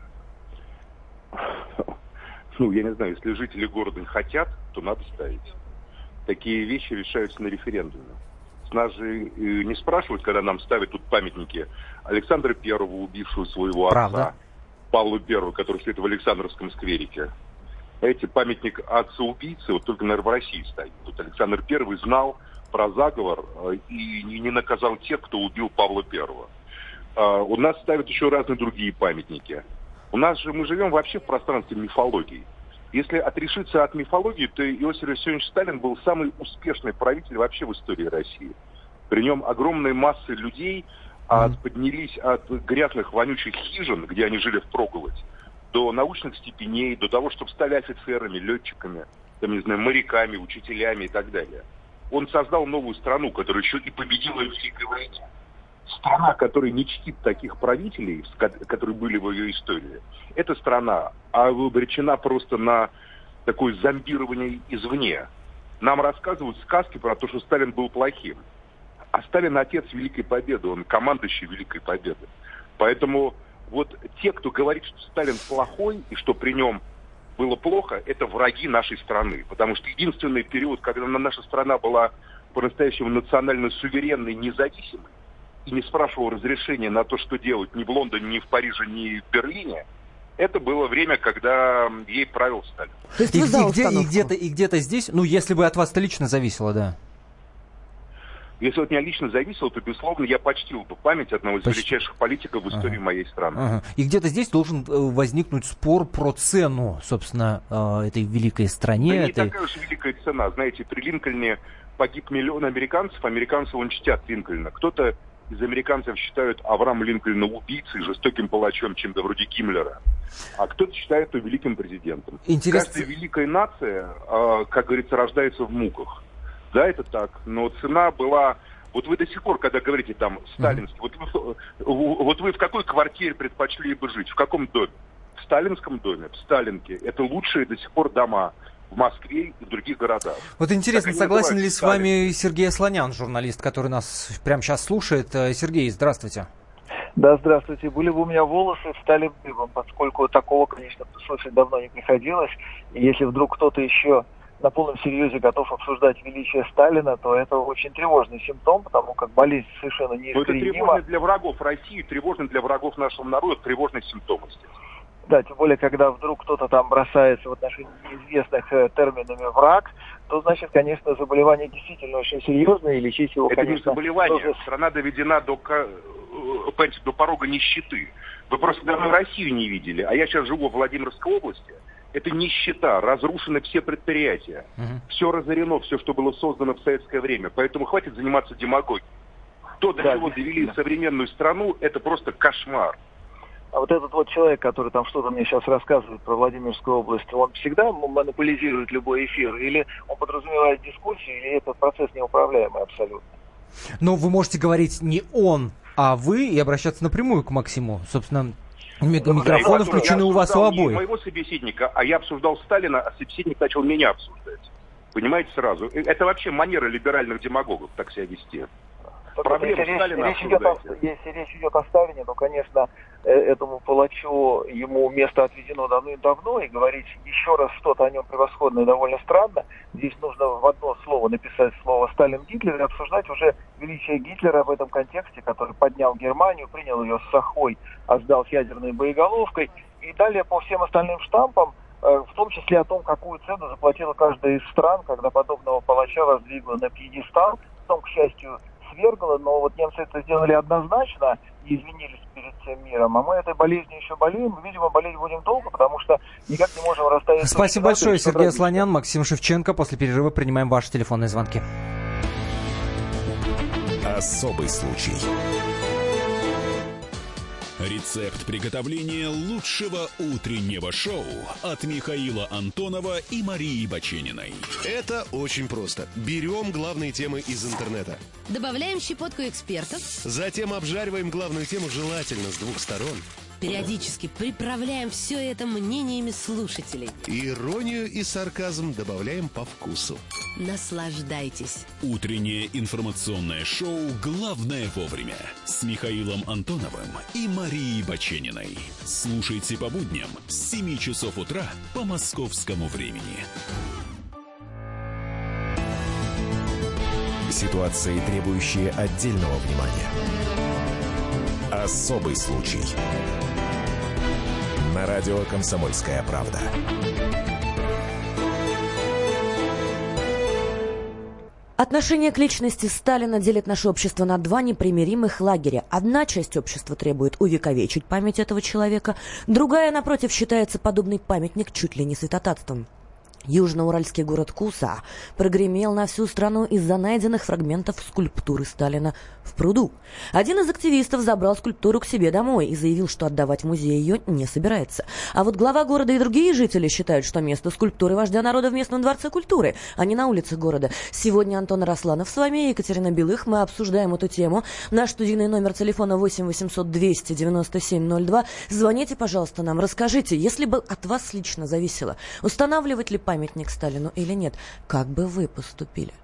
Ну, я не знаю, если жители города хотят, то надо ставить. Такие вещи решаются на референдуме. С нас же э, не спрашивают, когда нам ставят тут памятники Александра Первого, убившего своего Правда? отца, Павла Первого, который стоит в Александровском скверике. Эти памятник отца-убийцы вот только, наверное, в России стоит. Тут Александр Первый знал про заговор э, и не, не наказал тех, кто убил Павла Первого. Э, у нас ставят еще разные другие памятники. У нас же мы живем вообще в пространстве мифологии. Если отрешиться от мифологии, то Иосиф Виссарионович Сталин был самый успешный правитель вообще в истории России. При нем огромные массы людей от, поднялись от грязных, вонючих хижин, где они жили впроголодь, до научных степеней, до того, чтобы стали офицерами, летчиками, там, не знаю, моряками, учителями и так далее. Он создал новую страну, которая еще и победила в Великой войне. Страна, которая не чтит таких правителей, которые были в ее истории, эта страна обречена просто на такое зомбирование извне. Нам рассказывают сказки про то, что Сталин был плохим. А Сталин отец Великой Победы, он командующий Великой Победы. Поэтому вот те, кто говорит, что Сталин плохой и что при нем было плохо, это враги нашей страны. Потому что единственный период, когда наша страна была по-настоящему национально суверенной, независимой, и не спрашивал разрешения на то, что делать ни в Лондоне, ни в Париже, ни в Берлине, это было время, когда ей правил Сталин. То есть и, где, где, и, где-то, и где-то здесь, ну, если бы от вас-то лично зависело, да? Если от меня лично зависело, то, безусловно, я почтил бы память одного из Почти. величайших политиков в истории ага. моей страны. Ага. И где-то здесь должен возникнуть спор про цену, собственно, этой великой стране. Да этой... не такая уж великая цена. Знаете, при Линкольне погиб миллион американцев, американцы вон чтят Линкольна. Кто-то из американцев считают Авраама Линкольна убийцей, жестоким палачом, чем-то вроде Гиммлера. А кто-то считает его великим президентом. Интерес... Каждая великая нация, как говорится, рождается в муках. Да, это так. Но цена была... Вот вы до сих пор, когда говорите там сталинский, mm-hmm. вот, вы, вот вы в какой квартире предпочли бы жить? В каком доме? В сталинском доме, в Сталинке. Это лучшие до сих пор дома в Москве и в других городах. Вот интересно, согласен ли с вами Сергей Слонян, журналист, который нас прямо сейчас слушает? Сергей, здравствуйте. Да, здравствуйте. Были бы у меня волосы, встали дыбом, поскольку такого, конечно, слушать давно не приходилось. И если вдруг кто-то еще на полном серьезе готов обсуждать величие Сталина, то это очень тревожный симптом, потому как болезнь совершенно неискоренима. Это тревожно для врагов России, тревожно для врагов нашего народа, тревожный симптом. Да, тем более, когда вдруг кто-то там бросается в отношении неизвестных э, терминами враг, то, значит, конечно, заболевание действительно очень серьезное, и лечить его, это конечно... Это не заболевание, тоже... страна доведена до, до порога нищеты. Вы просто давно Россию не видели, а я сейчас живу в Владимирской области. Это нищета, разрушены все предприятия, uh-huh. все разорено, все, что было создано в советское время. Поэтому хватит заниматься демагогией. То, до да, чего довели современную страну, это просто кошмар. А вот этот вот человек, который там что-то мне сейчас рассказывает про Владимирскую область, он всегда монополизирует любой эфир? Или он подразумевает дискуссию, или этот процесс неуправляемый абсолютно? Но вы можете говорить не он, а вы, и обращаться напрямую к Максиму. Собственно, микрофоны включены у вас у обоих. Не моего собеседника, а я обсуждал Сталина, а собеседник начал меня обсуждать. Понимаете, сразу. Это вообще манера либеральных демагогов так себя вести. Проблема если Сталина речь, речь идет о, если речь идет о Сталине, то, конечно, этому палачу ему место отведено давным-давно, и говорить еще раз что-то о нем превосходное довольно странно. Здесь нужно в одно слово написать слово «Сталин-Гитлер» и обсуждать уже величие Гитлера в этом контексте, который поднял Германию, принял ее с сахой, а сдал с ядерной боеголовкой. И далее по всем остальным штампам, в том числе о том, какую цену заплатила каждая из стран, когда подобного палача воздвигла на пьедестал, потом, к счастью, свергла, но вот немцы это сделали однозначно и извинились перед всем миром, а мы этой болезнью еще болеем, видимо, болеть будем долго, потому что никак не можем расставить... Спасибо большое, Сергей Слонян, Максим Шевченко. После перерыва принимаем ваши телефонные звонки. Особый случай. Рецепт приготовления лучшего утреннего шоу от Михаила Антонова и Марии Бачениной. Это очень просто. Берем главные темы из интернета. Добавляем щепотку экспертов. Затем обжариваем главную тему желательно с двух сторон. Периодически приправляем все это мнениями слушателей. Иронию и сарказм добавляем по вкусу. Наслаждайтесь. Утреннее информационное шоу «Главное вовремя» с Михаилом Антоновым и Марией Бачениной. Слушайте по будням с семи часов утра по московскому времени. Ситуации, требующие отдельного внимания. Особый случай. На радио «Комсомольская правда». Отношение к личности Сталина делит наше общество на два непримиримых лагеря. Одна часть общества требует увековечить память этого человека, другая, напротив, считается подобный памятник чуть ли не святотатством. Южноуральский город Куса прогремел на всю страну из-за найденных фрагментов скульптуры Сталина в пруду. Один из активистов забрал скульптуру к себе домой и заявил, что отдавать в музей ее не собирается. А вот глава города и другие жители считают, что место скульптуры вождя народа в местном дворце культуры, а не на улицах города. Сегодня Антон Росланов с вами и Екатерина Белых. Мы обсуждаем эту тему. Наш студийный номер телефона восемь восемьсот двести девяносто семь ноль два. Звоните, пожалуйста, нам. Расскажите, если бы от вас лично зависело, устанавливать ли памятник Сталину или нет, как бы вы поступили?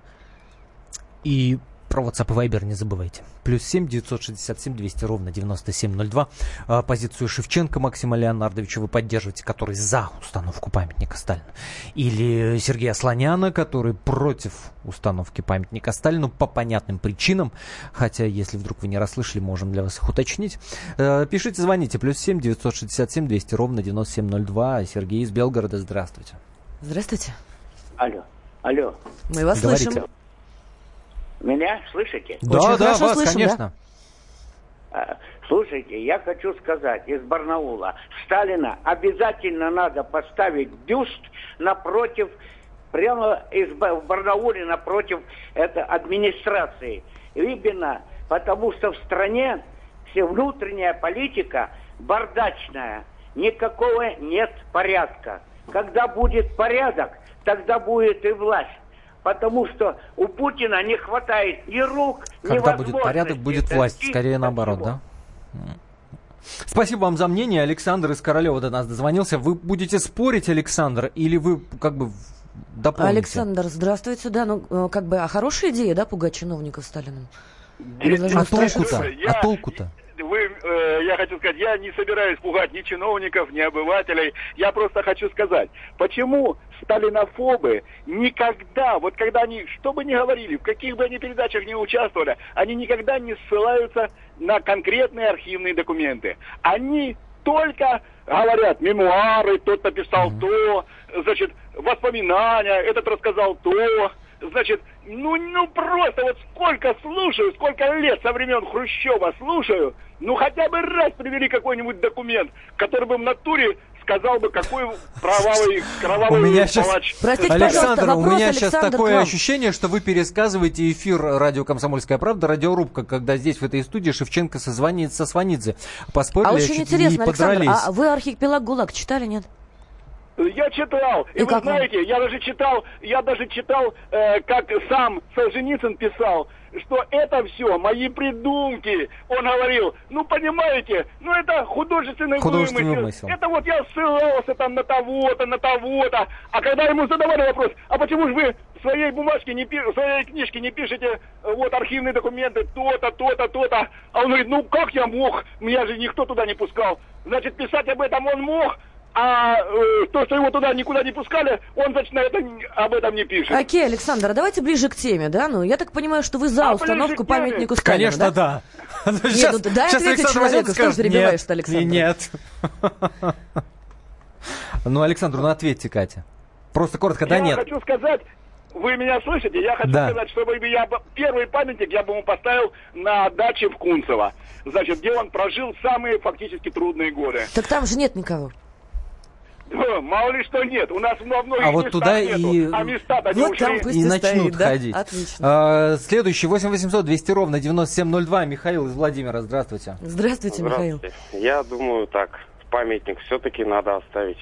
И про WhatsApp и Viber не забывайте. Плюс семь девятьсот шестьдесят семь двести ровно девяносто семь ноль два. А, позицию Шевченко Максима Леонардовича вы поддерживаете, который за установку памятника Сталину. Или Сергея Слоняна, который против установки памятника Сталину по понятным причинам. Хотя, если вдруг вы не расслышали, можем для вас их уточнить. А, пишите, звоните. Плюс семь девятьсот шестьдесят семь двести ровно девяносто семь ноль два. Сергей из Белгорода, здравствуйте. Здравствуйте. Алло, алло. Мы вас Говорите. слышим. Меня слышите? Да, Очень да, вас, слышим, конечно. Да? Слушайте, я хочу сказать из Барнаула. Сталина обязательно надо поставить бюст напротив, прямо из, в Барнауле напротив это, администрации. Именно потому, что в стране вся внутренняя политика бардачная. Никакого нет порядка. Когда будет порядок, тогда будет и власть. Потому что у Путина не хватает ни рук, ни Когда возможностей. будет порядок, будет власть. Скорее наоборот, да? Спасибо вам за мнение. Александр из Королева до нас дозвонился. Вы будете спорить, Александр, или вы как бы дополните? Александр, здравствуйте. Да, ну, как бы, а хорошая идея, да, пугать чиновников Сталиным? А толку-то? Я... А толку-то? Вы, э, я хочу сказать, я не собираюсь пугать ни чиновников, ни обывателей. Я просто хочу сказать, почему сталинофобы никогда, вот когда они, что бы ни говорили, в каких бы они передачах ни участвовали, они никогда не ссылаются на конкретные архивные документы. Они только говорят мемуары, тот написал mm-hmm. то, значит, воспоминания, этот рассказал то. Значит, ну, ну просто вот сколько слушаю, сколько лет со времен Хрущева слушаю, ну хотя бы раз привели какой-нибудь документ, который бы в натуре сказал бы, какой кровавый, кровавый у меня сейчас... палач. Простите, Александр, вопрос, у меня Александр, сейчас такое к вам. ощущение, что вы пересказываете эфир радио «Комсомольская правда», радиорубка, когда здесь, в этой студии, Шевченко созвонит со Сванидзе. Поспорили, А очень чуть интересно, не Александр, подрались. а вы «Архипелаг ГУЛАГ» читали, нет? Я читал, и, И вы как вам? знаете, я даже читал, я даже читал, э, как сам Солженицын писал, что это все мои придумки. Он говорил, ну понимаете, ну это художественный, Художественный вымысел. вымысел. Это вот я ссылался там на того-то, на того-то. А когда ему задавали вопрос, а почему же вы в своей бумажке не пишете, в своей книжке не пишете э, вот архивные документы, то-то, то-то, то-то. А он говорит, ну как я мог? Меня же никто туда не пускал. Значит, писать об этом он мог. А э, то, что его туда никуда не пускали, он, значит, на это, об этом не пишет. Окей, Александр, а давайте ближе к теме, да? Ну, я так понимаю, что вы за А установку ближе к теме? памятнику Сталину, Конечно, да? да. Нет, Сейчас- ну, дай сейчас ответить Александр человеку, возьмет и что скажет, ты перебиваешь, нет, Александра? Нет. Ну, Александр, ну ответьте, Катя. Просто коротко, да, я нет. хочу сказать, вы меня слышите? Я хочу Да. сказать, чтобы я бы- первый памятник я бы ему поставил на даче в Кунцево. Значит, где он прожил самые фактически трудные годы. Так там же нет никого. Да, мало ли что нет. У нас во многих А вот местах туда нету, и- а места-то не Вот ушли. там пусть И и начнут стоит, да? ходить. Отлично. А, следующий, восемь восемьсот двести ровно девяносто семь ноль два. Михаил из Владимира, здравствуйте. Здравствуйте, Михаил. Здравствуйте. Я думаю, так, памятник все-таки надо оставить.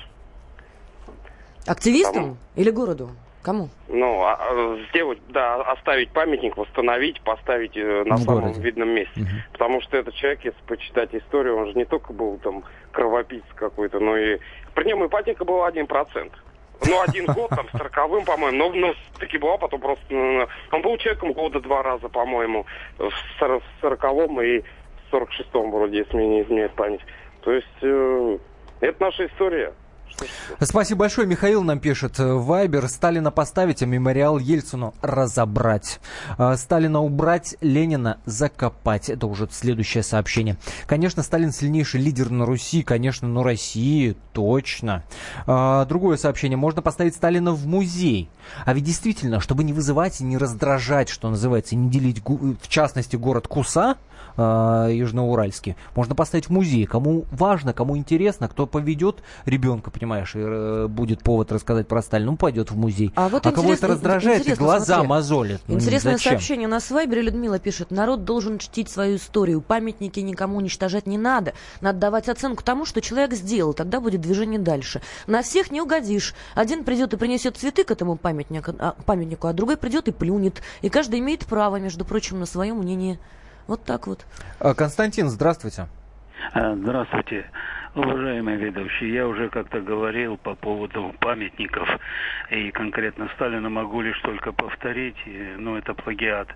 Активистам Кому? или городу? Кому? Ну, а- а сделать, да, оставить памятник, восстановить, поставить э, на В самом городе. видном месте. Мгм. Потому что этот человек, если почитать историю, он же не только был там кровопийц какой-то, но и при нем ипотека была один процент. Ну, один год, там, с сороковым, по-моему, но, но таки была потом просто... ну, он был человеком года два раза, по-моему, в сор- в сороковом и в сорок шестом вроде, если мне не изменяет память. То есть, э, это наша история. Спасибо большое. Михаил нам пишет. Вайбер. Сталина поставить, а мемориал Ельцину разобрать. А, Сталина убрать, Ленина закопать. Это уже следующее сообщение. Конечно, Сталин сильнейший лидер на Руси. Конечно, на России. Точно. А, Другое сообщение. Можно поставить Сталина в музей. А ведь действительно, чтобы не вызывать и не раздражать, что называется, не делить, гу- в частности, город Куса, э, южноуральский, можно поставить в музей. Кому важно, кому интересно, кто поведет ребенка, понимаешь, и э, будет повод рассказать про Сталина, ну, пойдет в музей. А, вот а кого это интересно- раздражает и интересно, глаза смотри. мозолит. Ну, Интересное зачем? сообщение у нас в Вайбере. Людмила пишет: народ должен чтить свою историю. Памятники никому уничтожать не надо. Надо давать оценку тому, что человек сделал. Тогда будет движение дальше. На всех не угодишь. Один придет и принесет цветы к этому памятнику, а, памятнику, а другой придет и плюнет. И каждый имеет право, между прочим, на свое мнение. Вот так вот. А, Константин, здравствуйте. Здравствуйте, уважаемые ведущие. Я уже как-то говорил по поводу памятников, и конкретно Сталина могу лишь только повторить, ну это плагиат,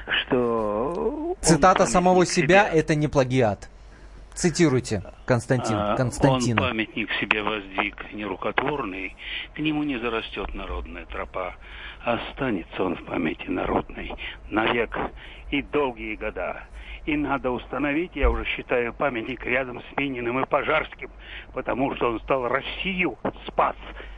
что... Цитата он самого памятник себя себе- это не плагиат. Цитируйте, Константин, а, Константина. Он памятник себе воздвиг нерукотворный, к нему не зарастет народная тропа. Останется он в памяти народной навек и долгие года. И надо установить, я уже считаю, памятник рядом с Мининым и Пожарским, потому что он стал Россию спас.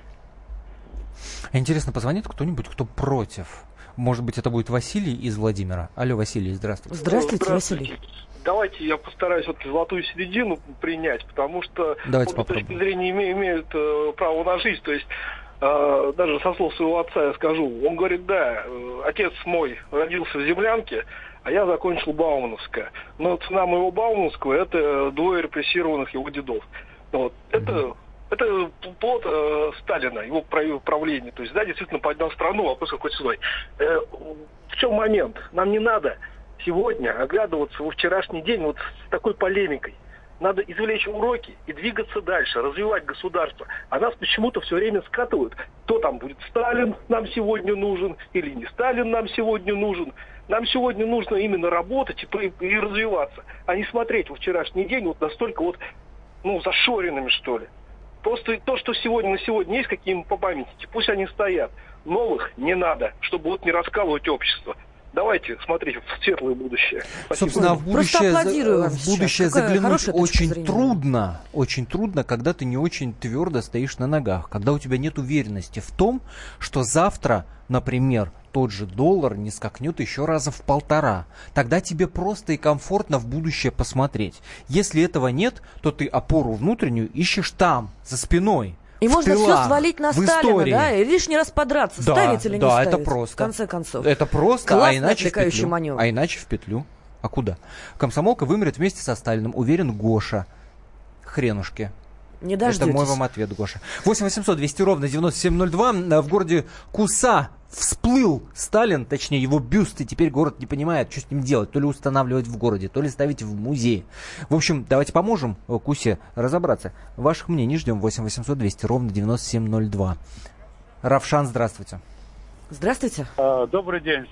Интересно, позвонит кто-нибудь, кто против? Может быть, это будет Василий из Владимира. Алло, Василий, здравствуйте. Здравствуйте, Василий. Давайте я постараюсь вот золотую середину принять, потому что Давайте обе попробуем. точки зрения име- имеют э, право на жизнь. То есть э, даже со слов своего отца я скажу. Он говорит, да, э, отец мой родился в землянке, а я закончил Баумановское. Но цена моего Баумановского — это двое репрессированных его дедов. Вот. Это, это плод э, Сталина, его прав- правления. То есть, да, действительно поднял страну, вопрос какой ценой. Э, в чем момент? Нам не надо сегодня оглядываться во вчерашний день вот с такой полемикой. Надо извлечь уроки и двигаться дальше, развивать государство. А нас почему-то все время скатывают. То там будет Сталин нам сегодня нужен, или не Сталин нам сегодня нужен. Нам сегодня нужно именно работать и, и развиваться, а не смотреть во вчерашний день вот настолько вот, ну, зашоренными, что ли. Просто то, что сегодня на сегодня есть, какие-нибудь памятники, пусть они стоят. Новых не надо, чтобы вот не раскалывать общество. Давайте смотреть в светлое будущее. Спасибо. Собственно, в будущее, вам в будущее сейчас. Какая заглянуть хорошая точка очень зрения. трудно. Очень трудно, когда ты не очень твердо стоишь на ногах. Когда у тебя нет уверенности в том, что завтра, например, тот же доллар не скакнет еще раза в полтора. Тогда тебе просто и комфортно в будущее посмотреть. Если этого нет, то ты опору внутреннюю ищешь там, за спиной. И в можно тылах, все свалить на в Сталина, истории. да, и лишний раз подраться, Да, ставить или не да, ставить. это просто. В конце концов. Это просто, а Классный иначе в отвлекающий петлю. маневр. А иначе в петлю. А куда? Комсомолка вымрет вместе со Сталиным, уверен Гоша. Хренушки. Не дождетесь. Это мой вам ответ, Гоша. восемь восемьсот двести ровно девяносто семь ноль два. В городе Куса всплыл Сталин, точнее его бюст, и теперь город не понимает, что с ним делать. То ли устанавливать в городе, то ли ставить в музее. В общем, давайте поможем Кусе разобраться. Ваших мнений ждем. восемь восемьсот двести ровно девяносто семь ноль два. Равшан, здравствуйте. Здравствуйте. Добрый день.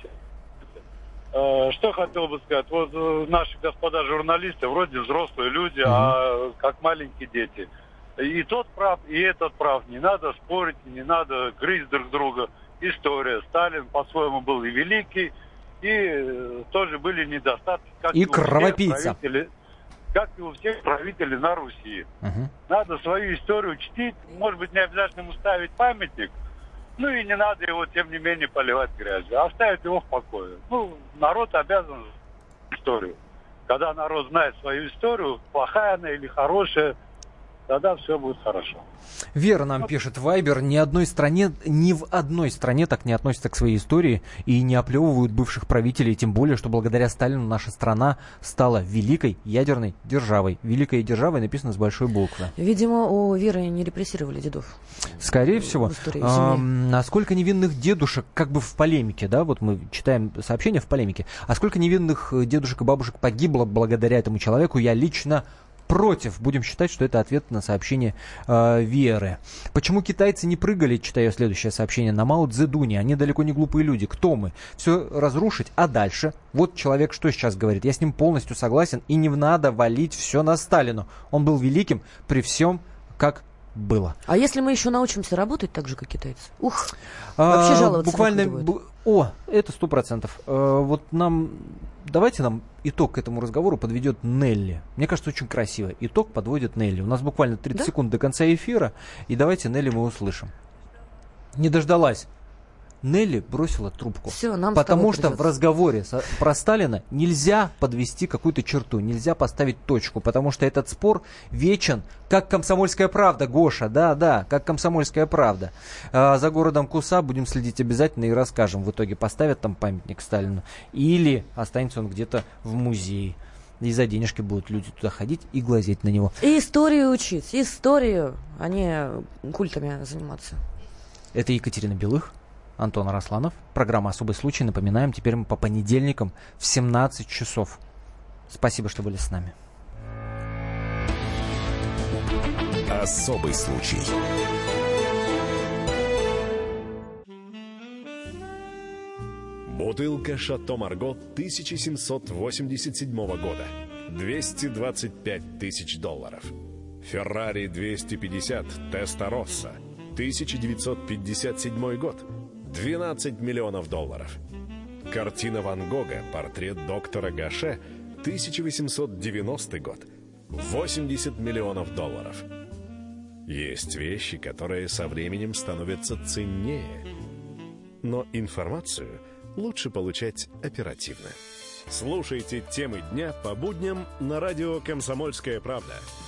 Что хотел бы сказать. Вот наши господа журналисты вроде взрослые люди, mm-hmm. а как маленькие дети. И тот прав, и этот прав. Не надо спорить, не надо грызть друг друга. История. Сталин по-своему был и великий, и тоже были недостатки. Как и, и кровопийца. Как и у всех правителей на Руси. Uh-huh. Надо свою историю чтить. Может быть, не обязательно ему ставить памятник. Ну и не надо его, тем не менее, поливать грязью. А оставить его в покое. Ну, народ обязан знать историю. Когда народ знает свою историю, плохая она или хорошая, тогда все будет хорошо. Вера нам пишет в Вайбер, ни одной стране, ни в одной стране так не относятся к своей истории и не оплевывают бывших правителей, тем более, что благодаря Сталину наша страна стала великой ядерной державой. Великая держава написано с большой буквы. Видимо, у Веры не репрессировали дедов. Скорее всего. А, а сколько невинных дедушек, как бы в полемике, да, вот мы читаем сообщения в полемике, а сколько невинных дедушек и бабушек погибло благодаря этому человеку, я лично против. Будем считать, что это ответ на сообщение э, Веры. Почему китайцы не прыгали, читаю следующее сообщение, на Мао Цзэдуне? Они далеко не глупые люди. Кто мы? Все разрушить, а дальше? Вот человек что сейчас говорит. Я с ним полностью согласен, и не надо валить все на Сталину. Он был великим при всем, как было. А если мы еще научимся работать так же, как китайцы? Ух, а, вообще жаловаться буквально, бу- О, это сто процентов. А, вот нам... Давайте нам итог к этому разговору подведет Нелли. Мне кажется, очень красиво. Итог подводит Нелли. У нас буквально тридцать да? секунд до конца эфира. И давайте Нелли мы услышим. Не дождалась. Нелли бросила трубку. Все, нам потому что придется. В разговоре со, про Сталина нельзя подвести какую-то черту, нельзя поставить точку, потому что этот спор вечен, как «Комсомольская правда», Гоша, да-да, как «Комсомольская правда». А, за городом Куса будем следить обязательно и расскажем. В итоге поставят там памятник Сталину или останется он где-то в музее. И за денежки будут люди туда ходить и глазеть на него. И историю учить, историю, а не культами заниматься. Это Екатерина Белых. Антон Арасланов. Программа «Особый случай». Напоминаем, теперь мы по понедельникам в семнадцать часов. Спасибо, что были с нами. Особый случай. Бутылка «Шато Марго» тысяча семьсот восемьдесят седьмого года. двести двадцать пять тысяч долларов. «Феррари двести пятьдесят» «Теста-Росса». тысяча девятьсот пятьдесят седьмой год. двенадцать миллионов долларов. Картина Ван Гога «Портрет доктора Гаше», тысяча восемьсот девяностый год. восемьдесят миллионов долларов. Есть вещи, которые со временем становятся ценнее. Но информацию лучше получать оперативно. Слушайте темы дня по будням на радио «Комсомольская правда».